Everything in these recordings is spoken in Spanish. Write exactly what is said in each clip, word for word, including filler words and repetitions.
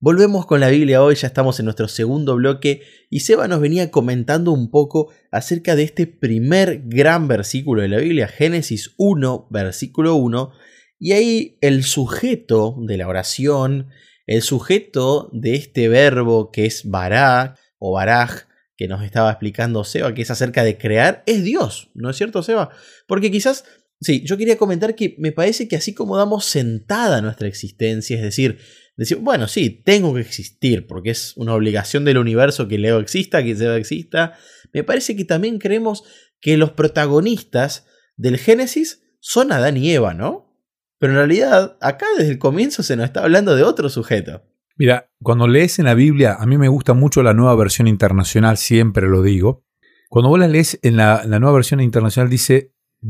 Volvemos con la Biblia hoy, ya estamos en nuestro segundo bloque y Seba nos venía comentando un poco acerca de este primer gran versículo de la Biblia, Génesis uno, versículo uno, y ahí el sujeto de la oración, el sujeto de este verbo que es bará o baraj, que nos estaba explicando Seba, que es acerca de crear, es Dios, ¿no es cierto, Seba? Porque quizás, sí, yo quería comentar que me parece que así como damos sentada nuestra existencia, es decir, decir, bueno, sí, tengo que existir, porque es una obligación del universo que Leo exista, que Seba exista, me parece que también creemos que los protagonistas del Génesis son Adán y Eva, ¿no? Pero en realidad, acá desde el comienzo se nos está hablando de otro sujeto. Mira, cuando lees en la Biblia, a mí me gusta mucho la Nueva Versión Internacional, siempre lo digo. Cuando vos la lees en la, en la Nueva Versión Internacional dice,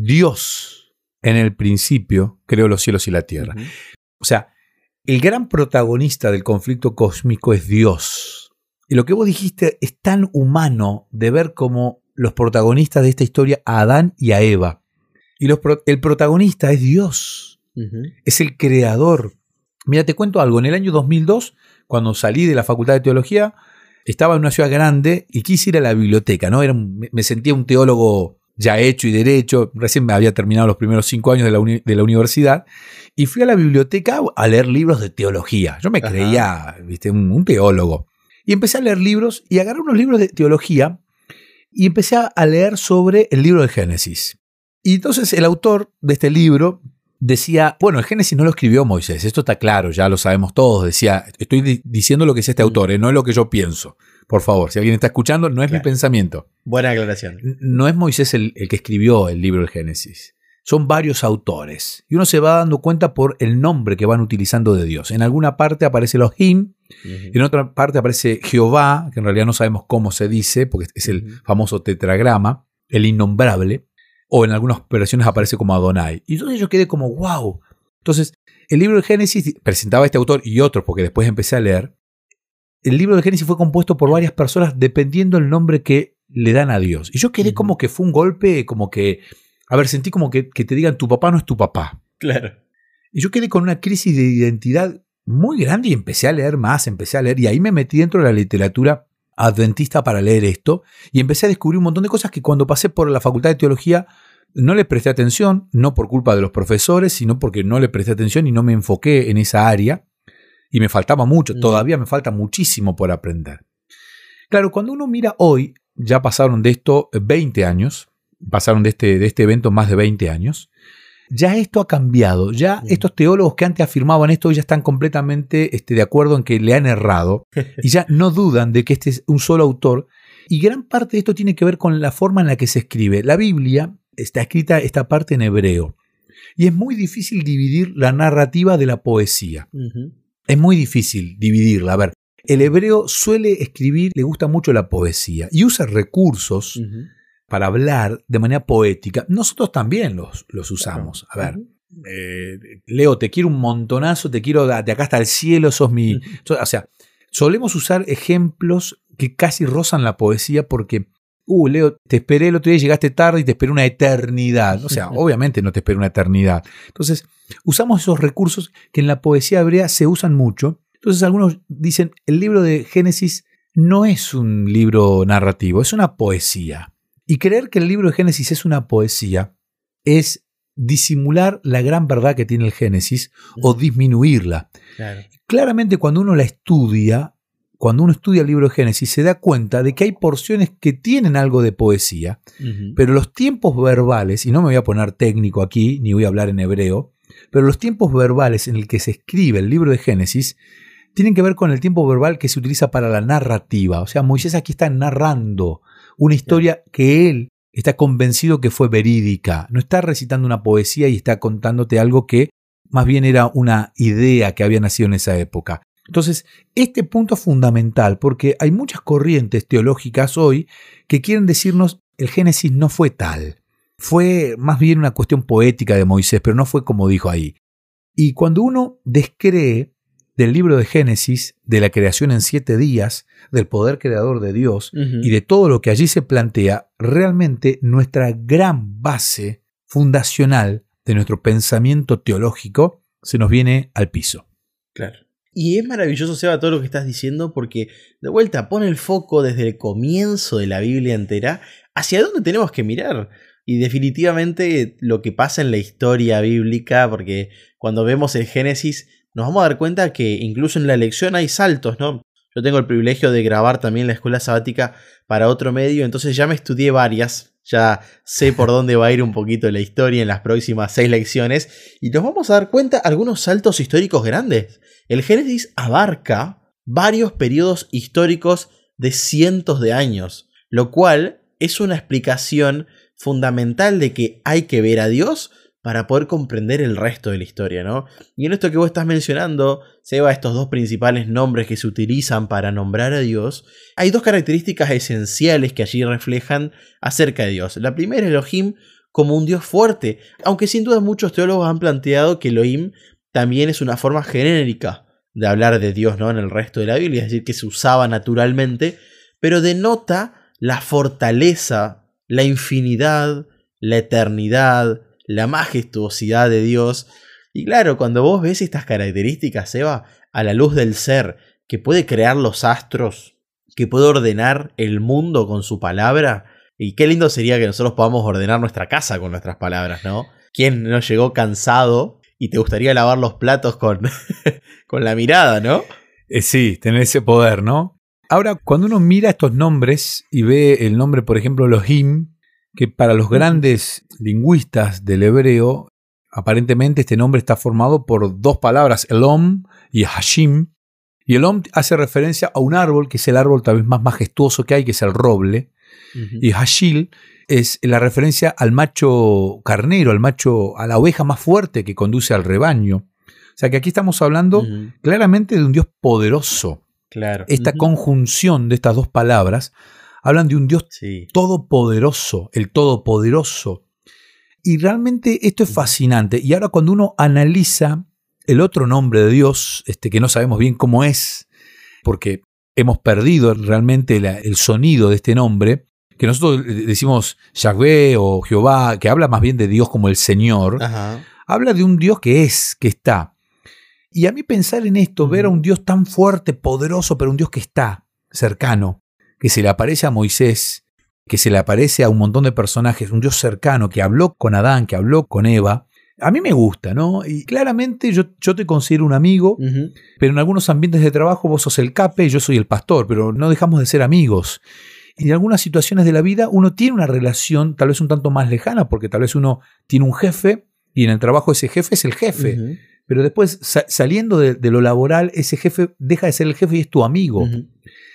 Dios en el principio creó los cielos y la tierra. Uh-huh. O sea, el gran protagonista del conflicto cósmico es Dios. Y lo que vos dijiste es tan humano de ver como los protagonistas de esta historia a Adán y a Eva. Y los, el protagonista es Dios. Uh-huh. Es el creador. Mira, te cuento algo. En el año dos mil dos, cuando salí de la Facultad de Teología, estaba en una ciudad grande y quise ir a la biblioteca, ¿no? Era un, me sentía un teólogo ya hecho y derecho. Recién me había terminado los primeros cinco años de la, uni, de la universidad. Y fui a la biblioteca a leer libros de teología. Yo me Ajá. creía, viste, un, un teólogo. Y empecé a leer libros y agarré unos libros de teología y empecé a leer sobre el libro de Génesis. Y entonces el autor de este libro decía, bueno, el Génesis no lo escribió Moisés, esto está claro, ya lo sabemos todos. Decía, estoy di- diciendo lo que es este autor, eh, no es lo que yo pienso. Por favor, si alguien está escuchando, no es claro. mi pensamiento. Buena aclaración. No es Moisés el, el que escribió el libro del Génesis. Son varios autores. Y uno se va dando cuenta por el nombre que van utilizando de Dios. En alguna parte aparece Elohim, uh-huh. en otra parte aparece Jehová, que en realidad no sabemos cómo se dice, porque es el uh-huh. famoso tetragrama, el innombrable. O en algunas versiones aparece como Adonai. Y entonces yo quedé como, wow. Entonces, el libro de Génesis presentaba a este autor y otros, porque después empecé a leer. El libro de Génesis fue compuesto por varias personas dependiendo del nombre que le dan a Dios. Y yo quedé uh-huh. como que fue un golpe, como que, a ver, sentí como que, que te digan tu papá no es tu papá. Claro. Y yo quedé con una crisis de identidad muy grande y empecé a leer más, empecé a leer. Y ahí me metí dentro de la literatura adventista para leer esto y empecé a descubrir un montón de cosas que cuando pasé por la Facultad de Teología no le presté atención, no por culpa de los profesores, sino porque no le presté atención y no me enfoqué en esa área y me faltaba mucho, mm. todavía me falta muchísimo por aprender. Claro, cuando uno mira hoy, ya pasaron de esto veinte años, pasaron de este, de este evento más de veinte años, ya esto ha cambiado, ya mm. estos teólogos que antes afirmaban esto ya están completamente este, de acuerdo en que le han errado y ya no dudan de que este es un solo autor y gran parte de esto tiene que ver con la forma en la que se escribe. La Biblia está escrita esta parte en hebreo y es muy difícil dividir la narrativa de la poesía. Uh-huh. Es muy difícil dividirla. A ver, el hebreo suele escribir, le gusta mucho la poesía y usa recursos uh-huh. para hablar de manera poética. Nosotros también los, los usamos. A ver, eh, Leo, te quiero un montonazo, te quiero de acá hasta el cielo, sos mi... O sea, solemos usar ejemplos que casi rozan la poesía porque, uh, Leo, te esperé el otro día, llegaste tarde y te esperé una eternidad. O sea, obviamente no te esperé una eternidad. Entonces, usamos esos recursos que en la poesía hebrea se usan mucho. Entonces, algunos dicen, el libro de Génesis no es un libro narrativo, es una poesía. Y creer que el libro de Génesis es una poesía es disimular la gran verdad que tiene el Génesis o disminuirla. Claro. Claramente cuando uno la estudia, cuando uno estudia el libro de Génesis se da cuenta de que hay porciones que tienen algo de poesía, uh-huh. pero los tiempos verbales, y no me voy a poner técnico aquí, ni voy a hablar en hebreo, pero los tiempos verbales en el que se escribe el libro de Génesis tienen que ver con el tiempo verbal que se utiliza para la narrativa. O sea, Moisés aquí está narrando una historia que él está convencido que fue verídica. No está recitando una poesía y está contándote algo que más bien era una idea que había nacido en esa época. Entonces, este punto es fundamental porque hay muchas corrientes teológicas hoy que quieren decirnos el Génesis no fue tal. Fue más bien una cuestión poética de Moisés, pero no fue como dijo ahí. Y cuando uno descree del libro de Génesis, de la creación en siete días, del poder creador de Dios uh-huh. y de todo lo que allí se plantea, realmente nuestra gran base fundacional de nuestro pensamiento teológico se nos viene al piso. Claro. Y es maravilloso, Seba, todo lo que estás diciendo, porque de vuelta pone el foco desde el comienzo de la Biblia entera hacia dónde tenemos que mirar. Y definitivamente lo que pasa en la historia bíblica, porque cuando vemos el Génesis nos vamos a dar cuenta que incluso en la lección hay saltos, ¿no? Yo tengo el privilegio de grabar también la escuela sabática para otro medio, entonces ya me estudié varias, ya sé por dónde va a ir un poquito la historia en las próximas seis lecciones, y nos vamos a dar cuenta algunos saltos históricos grandes. El Génesis abarca varios periodos históricos de cientos de años, lo cual es una explicación fundamental de que hay que ver a Dios para poder comprender el resto de la historia, ¿no? Y en esto que vos estás mencionando, Seba, estos dos principales nombres que se utilizan para nombrar a Dios, hay dos características esenciales que allí reflejan acerca de Dios. La primera es Elohim como un Dios fuerte, aunque sin duda muchos teólogos han planteado que Elohim también es una forma genérica de hablar de Dios, ¿no? En el resto de la Biblia, es decir, que se usaba naturalmente, pero denota la fortaleza, la infinidad, la eternidad, la majestuosidad de Dios. Y claro, cuando vos ves estas características, Eva, a la luz del ser que puede crear los astros, que puede ordenar el mundo con su palabra, y qué lindo sería que nosotros podamos ordenar nuestra casa con nuestras palabras, ¿no? ¿Quién no llegó cansado y te gustaría lavar los platos con, con la mirada, ¿no? Eh, sí, tener ese poder, ¿no? Ahora, cuando uno mira estos nombres y ve el nombre, por ejemplo, Elohim, que para los grandes lingüistas del hebreo, aparentemente este nombre está formado por dos palabras, Elom y Hashim. Y Elom hace referencia a un árbol, que es el árbol tal vez más majestuoso que hay, que es el roble. Uh-huh. Y Hashil es la referencia al macho carnero, al macho, a la oveja más fuerte que conduce al rebaño. O sea que aquí estamos hablando uh-huh. claramente de un Dios poderoso. Claro. Esta uh-huh. conjunción de estas dos palabras hablan de un Dios sí. todopoderoso, el todopoderoso. Y realmente esto es fascinante. Y ahora cuando uno analiza el otro nombre de Dios, este, que no sabemos bien cómo es, porque hemos perdido realmente la, el sonido de este nombre, que nosotros decimos Yahvé o Jehová, que habla más bien de Dios como el Señor, Ajá. habla de un Dios que es, que está. Y a mí pensar en esto, ver a un Dios tan fuerte, poderoso, pero un Dios que está cercano, que se le aparece a Moisés, que se le aparece a un montón de personajes, un Dios cercano que habló con Adán, que habló con Eva, a mí me gusta, ¿no? Y claramente yo, yo te considero un amigo, uh-huh. pero en algunos ambientes de trabajo vos sos el cape y yo soy el pastor, pero no dejamos de ser amigos. Y en algunas situaciones de la vida uno tiene una relación tal vez un tanto más lejana, porque tal vez uno tiene un jefe y en el trabajo ese jefe es el jefe. Uh-huh. Pero después sa- saliendo de, de lo laboral, ese jefe deja de ser el jefe y es tu amigo. Uh-huh.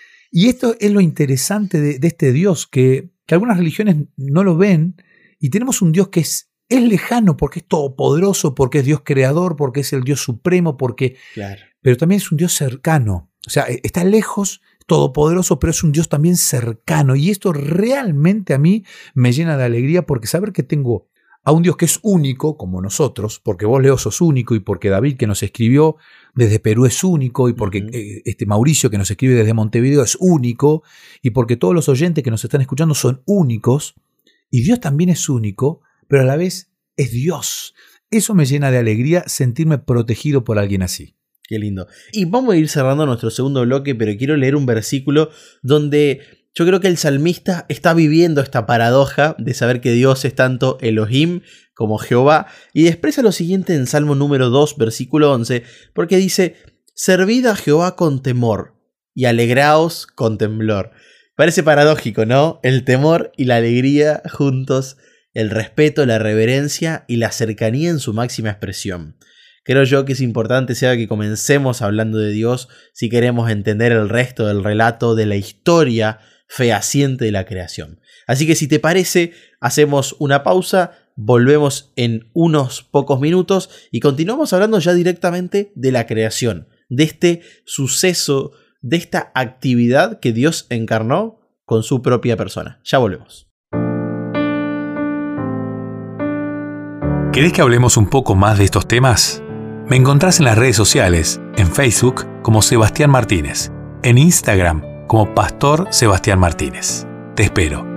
Y esto es lo interesante de, de este Dios, que, que algunas religiones no lo ven, y tenemos un Dios que es, es lejano porque es todopoderoso, porque es Dios creador, porque es el Dios supremo, porque claro. pero también es un Dios cercano. O sea, está lejos, todopoderoso, pero es un Dios también cercano. Y esto realmente a mí me llena de alegría, porque saber que tengo a un Dios que es único, como nosotros, porque vos, Leo, sos único, y porque David, que nos escribió desde Perú, es único, y porque uh-huh. eh, este Mauricio, que nos escribe desde Montevideo, es único, y porque todos los oyentes que nos están escuchando son únicos, y Dios también es único, pero a la vez es Dios. Eso me llena de alegría, sentirme protegido por alguien así. Qué lindo. Y vamos a ir cerrando nuestro segundo bloque, pero quiero leer un versículo donde yo creo que el salmista está viviendo esta paradoja de saber que Dios es tanto Elohim como Jehová, y expresa lo siguiente en Salmo número dos, versículo once, porque dice: servid a Jehová con temor y alegraos con temblor. Parece paradójico, ¿no? El temor y la alegría juntos, el respeto, la reverencia y la cercanía en su máxima expresión. Creo yo que es importante sea que comencemos hablando de Dios si queremos entender el resto del relato de la historia fehaciente de la creación. Así que si te parece, hacemos una pausa, volvemos en unos pocos minutos y continuamos hablando ya directamente de la creación, de este suceso, de esta actividad que Dios encarnó con su propia persona. Ya volvemos. ¿Querés que hablemos un poco más de estos temas? Me encontrás en las redes sociales, en Facebook como Sebastián Martínez, en Instagram como Pastor Sebastián Martínez. Te espero.